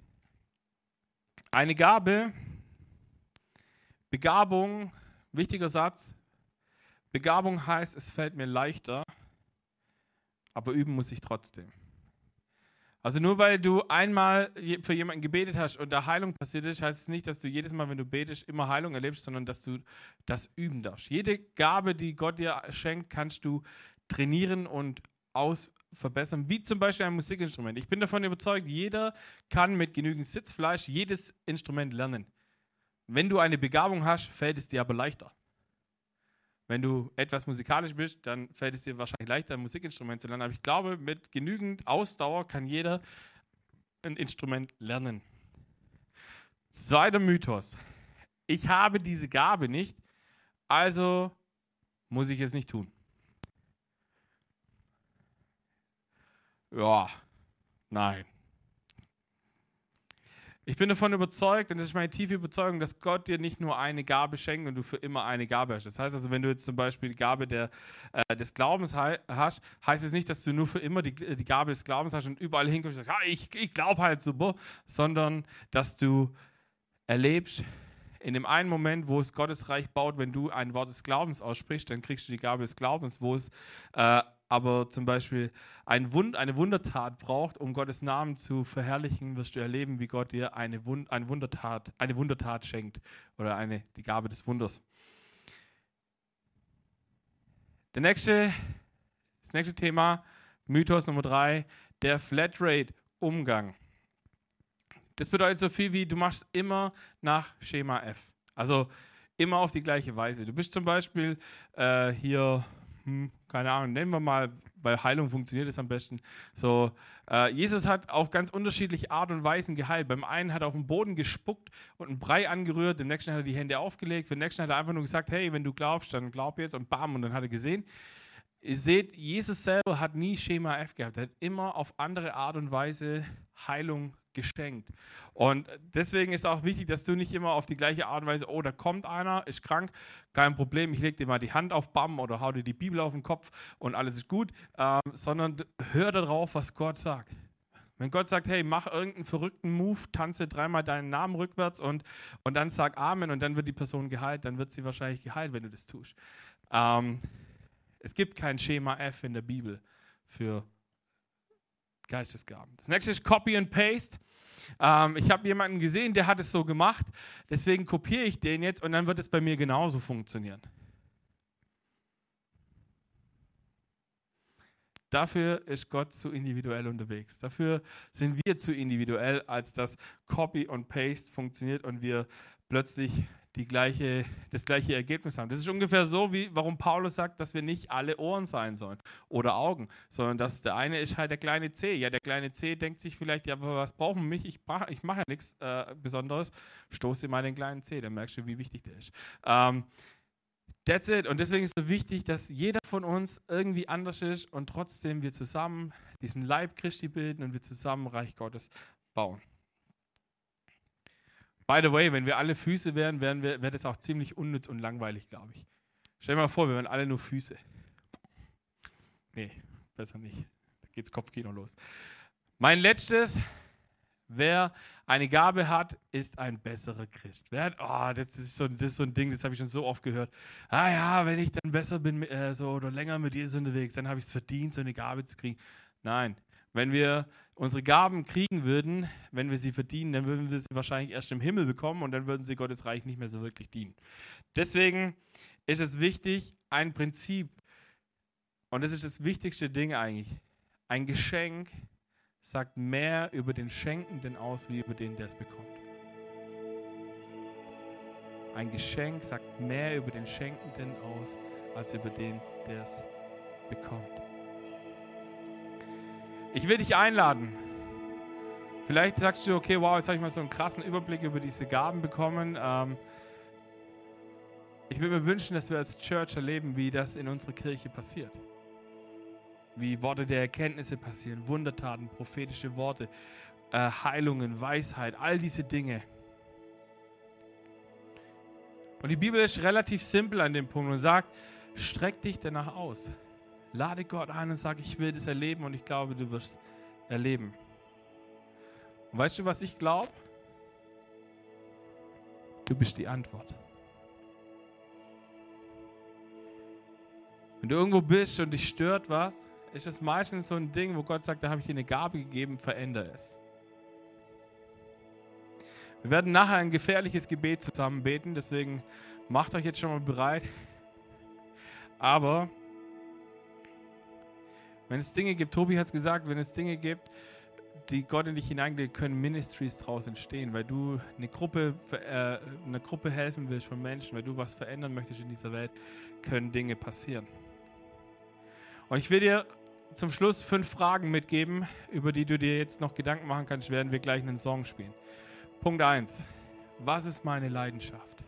Eine Gabe, Begabung, wichtiger Satz, Begabung heißt, es fällt mir leichter, aber üben muss ich trotzdem. Also nur weil du einmal für jemanden gebetet hast und da Heilung passiert ist, heißt es nicht, dass du jedes Mal, wenn du betest, immer Heilung erlebst, sondern dass du das üben darfst. Jede Gabe, die Gott dir schenkt, kannst du trainieren und ausverbessern, wie zum Beispiel ein Musikinstrument. Ich bin davon überzeugt, jeder kann mit genügend Sitzfleisch jedes Instrument lernen. Wenn du eine Begabung hast, fällt es dir aber leichter. Wenn du etwas musikalisch bist, dann fällt es dir wahrscheinlich leichter, ein Musikinstrument zu lernen. Aber ich glaube, mit genügend Ausdauer kann jeder ein Instrument lernen. Zweiter Mythos. Ich habe diese Gabe nicht, also muss ich es nicht tun. Ja, nein. Ich bin davon überzeugt, und das ist meine tiefe Überzeugung, dass Gott dir nicht nur eine Gabe schenkt und du für immer eine Gabe hast. Das heißt also, wenn du jetzt zum Beispiel die Gabe der, äh, des Glaubens he- hast, heißt es nicht, dass du nur für immer die, die Gabe des Glaubens hast und überall hinkommst und sagst, ah, ich, ich glaube halt super, sondern dass du erlebst, in dem einen Moment, wo es Gottes Reich baut, wenn du ein Wort des Glaubens aussprichst, dann kriegst du die Gabe des Glaubens, wo es äh, aber zum Beispiel ein Wund, eine Wundertat braucht, um Gottes Namen zu verherrlichen, wirst du erleben, wie Gott dir eine, Wund, eine, Wundertat, eine Wundertat schenkt oder eine, die Gabe des Wunders. Der nächste, das nächste Thema, Mythos Nummer drei, der Flatrate-Umgang. Das bedeutet so viel wie, du machst immer nach Schema F. Also immer auf die gleiche Weise. Du bist zum Beispiel äh, hier, hm, keine Ahnung, nennen wir mal, weil Heilung funktioniert es am besten. So, äh, Jesus hat auf ganz unterschiedliche Art und Weisen geheilt. Beim einen hat er auf den Boden gespuckt und einen Brei angerührt, dem nächsten hat er die Hände aufgelegt, für den nächsten hat er einfach nur gesagt, hey, wenn du glaubst, dann glaub jetzt und bam, und dann hat er gesehen. Ihr seht, Jesus selber hat nie Schema F gehabt. Er hat immer auf andere Art und Weise Heilung geschenkt. Und deswegen ist auch wichtig, dass du nicht immer auf die gleiche Art und Weise, oh, da kommt einer, ist krank, kein Problem, ich lege dir mal die Hand auf Bam oder hau dir die Bibel auf den Kopf und alles ist gut, ähm, sondern hör darauf, was Gott sagt. Wenn Gott sagt, hey, mach irgendeinen verrückten Move, tanze dreimal deinen Namen rückwärts und, und dann sag Amen und dann wird die Person geheilt, dann wird sie wahrscheinlich geheilt, wenn du das tust. Ähm, es gibt kein Schema F in der Bibel für Geistesgaben. Das nächste ist Copy and Paste. Ähm, ich habe jemanden gesehen, der hat es so gemacht, deswegen kopiere ich den jetzt und dann wird es bei mir genauso funktionieren. Dafür ist Gott zu individuell unterwegs. Dafür sind wir zu individuell, als dass Copy und Paste funktioniert und wir plötzlich die gleiche, das gleiche Ergebnis haben. Das ist ungefähr so, wie warum Paulus sagt, dass wir nicht alle Ohren sein sollen oder Augen, sondern dass der eine ist halt der kleine C. Ja, der kleine C denkt sich vielleicht, ja, aber was brauchen mich? Ich mache ich mach ja nichts äh, Besonderes. Stoß dir mal den kleinen C, dann merkst du, wie wichtig der ist. Ähm, that's it. Und deswegen ist es so wichtig, dass jeder von uns irgendwie anders ist und trotzdem wir zusammen diesen Leib Christi bilden und wir zusammen Reich Gottes bauen. By the way, wenn wir alle Füße wären, wäre wär das auch ziemlich unnütz und langweilig, glaube ich. Stell dir mal vor, wir wären alle nur Füße. Nee, besser nicht. Da geht's Kopfkino los. Mein letztes, wer eine Gabe hat, ist ein besserer Christ. Wer hat, oh, das ist so, das ist so ein Ding, das habe ich schon so oft gehört. Ah ja, wenn ich dann besser bin äh, so, oder länger mit Jesus unterwegs, dann habe ich es verdient, so eine Gabe zu kriegen. Nein, wenn wir unsere Gaben kriegen würden, wenn wir sie verdienen, dann würden wir sie wahrscheinlich erst im Himmel bekommen und dann würden sie Gottes Reich nicht mehr so wirklich dienen. Deswegen ist es wichtig, ein Prinzip, und das ist das wichtigste Ding eigentlich, ein Geschenk sagt mehr über den Schenkenden aus, wie über den, der es bekommt. Ein Geschenk sagt mehr über den Schenkenden aus, als über den, der es bekommt. Ich will dich einladen. Vielleicht sagst du, okay, wow, jetzt habe ich mal so einen krassen Überblick über diese Gaben bekommen. Ähm, ich würde mir wünschen, dass wir als Church erleben, wie das in unserer Kirche passiert. Wie Worte der Erkenntnisse passieren, Wundertaten, prophetische Worte, äh, Heilungen, Weisheit, all diese Dinge. Und die Bibel ist relativ simpel an dem Punkt und sagt, streck dich danach aus. Lade Gott ein und sag, ich will das erleben und ich glaube, du wirst erleben. Und weißt du, was ich glaube? Du bist die Antwort. Wenn du irgendwo bist und dich stört was, ist es meistens so ein Ding, wo Gott sagt, da habe ich dir eine Gabe gegeben, verändere es. Wir werden nachher ein gefährliches Gebet zusammen beten, deswegen macht euch jetzt schon mal bereit. Aber wenn es Dinge gibt, Tobi hat es gesagt, wenn es Dinge gibt, die Gott in dich hineingelegt, können Ministries daraus entstehen, weil du eine Gruppe, äh, eine Gruppe helfen willst von Menschen, weil du was verändern möchtest in dieser Welt, können Dinge passieren. Und ich will dir zum Schluss fünf Fragen mitgeben, über die du dir jetzt noch Gedanken machen kannst, werden wir gleich einen Song spielen. Punkt eins. Was ist meine Leidenschaft?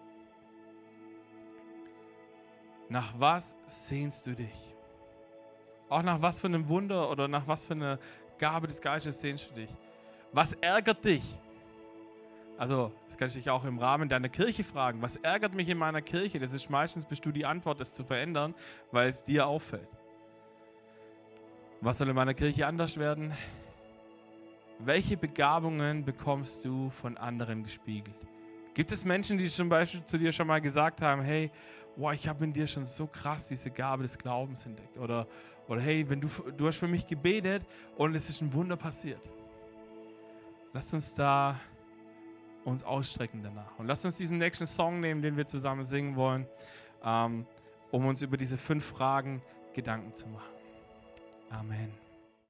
Nach was sehnst du dich? Auch nach was für einem Wunder oder nach was für einer Gabe des Geistes sehnst du dich? Was ärgert dich? Also, das kannst du dich auch im Rahmen deiner Kirche fragen. Was ärgert mich in meiner Kirche? Das ist meistens, bist du die Antwort, das zu verändern, weil es dir auffällt. Was soll in meiner Kirche anders werden? Welche Begabungen bekommst du von anderen gespiegelt? Gibt es Menschen, die zum Beispiel zu dir schon mal gesagt haben, hey, wow, ich habe in dir schon so krass diese Gabe des Glaubens entdeckt. Oder, oder hey, wenn du, du hast für mich gebetet und es ist ein Wunder passiert. Lass uns da uns ausstrecken danach. Und lass uns diesen nächsten Song nehmen, den wir zusammen singen wollen, ähm, um uns über diese fünf Fragen Gedanken zu machen. Amen.